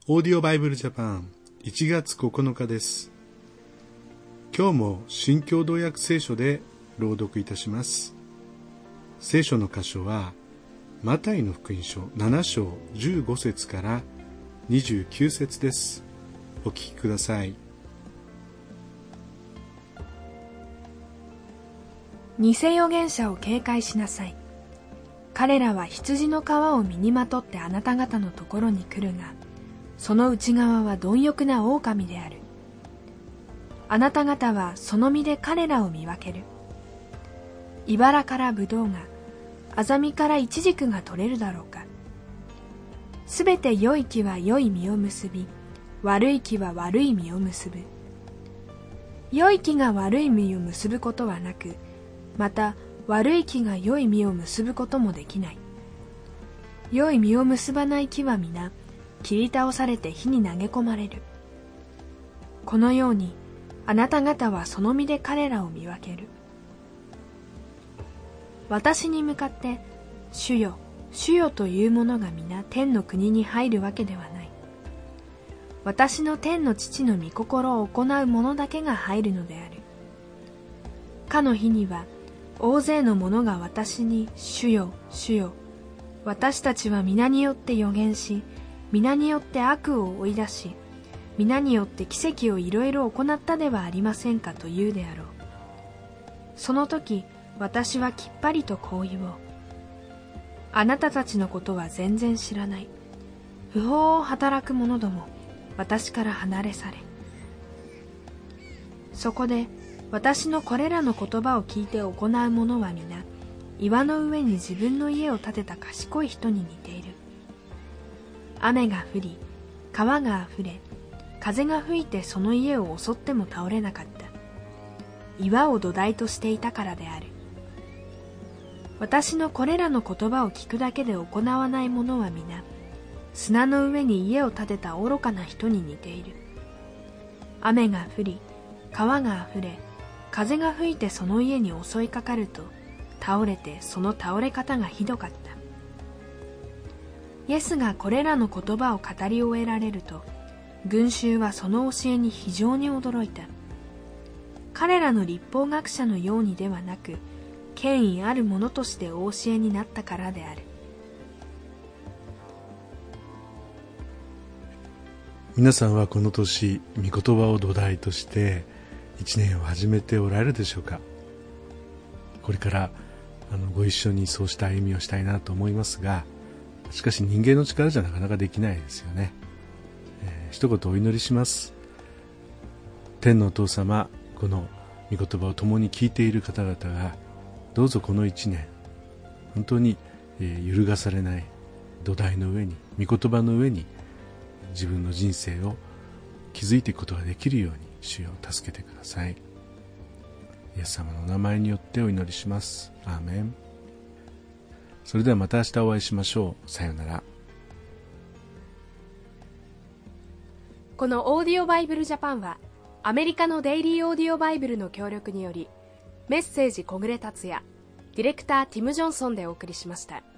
オーディオバイブルジャパン1月9日です。今日も新共同訳聖書で朗読いたします。聖書の箇所はマタイの福音書7章15節から29節です。お聞きください。 偽預言者を警戒しなさい。彼らは羊の皮を身にまとってあなた方のところに来るが、その内側は貪欲な狼である。あなた方はその実で彼らを見分ける。茨からブドウが、アザミからイチジクが取れるだろうか。すべて良い木は良い実を結び、悪い木は悪い実を結ぶ。良い木が悪い実を結ぶことはなく、また悪い木が良い実を結ぶこともできない。良い実を結ばない木は皆切り倒されて火に投げ込まれる。このようにあなた方はその実で彼らを見分ける。私に向かって主よ、主よという者が皆天の国に入るわけではない。私の天の父の御心を行う者だけが入るのである。かの日には大勢の者が私に主よ、主よ、私たちは皆によって預言し、皆によって悪を追い出し、皆によって奇跡をいろいろ行ったではありませんかと言うであろう。その時私はきっぱりとこう言おう。あなたたちのことは全然知らない。不法を働く者ども、私から離れ去れ。そこで私のこれらの言葉を聞いて行う者は皆、岩の上に自分の家を建てた賢い人に似ている。雨が降り、川があふれ、風が吹いてその家を襲っても倒れなかった。岩を土台としていたからである。私のこれらの言葉を聞くだけで行わない者は皆、砂の上に家を建てた愚かな人に似ている。雨が降り、川があふれ、風が吹いてその家に襲いかかると、倒れてその倒れ方がひどかった。イエスがこれらの言葉を語り終えられると、群衆はその教えに非常に驚いた。彼らの律法学者のようにではなく、権威ある者としてお教えになったからである。 皆さんはこの年、御言葉を土台として一年を始めておられるでしょうか。これからご一緒にそうした歩みをしたいなと思いますが、しかし人間の力じゃなかなかできないですよね。一言お祈りします。天のお父様、この御言葉を共に聞いている方々が、どうぞこの一年本当に揺るがされない土台の上に、御言葉の上に自分の人生を築いていくことができるように、主よ助けてください。イエス様のお名前によってお祈りします。アーメン。それではまた明日お会いしましょう。さようなら。 このオーディオバイブルジャパンはアメリカのデイリーオーディオバイブルの協力により、メッセージ小暮達也、ディレクターティム・ジョンソンでお送りしました。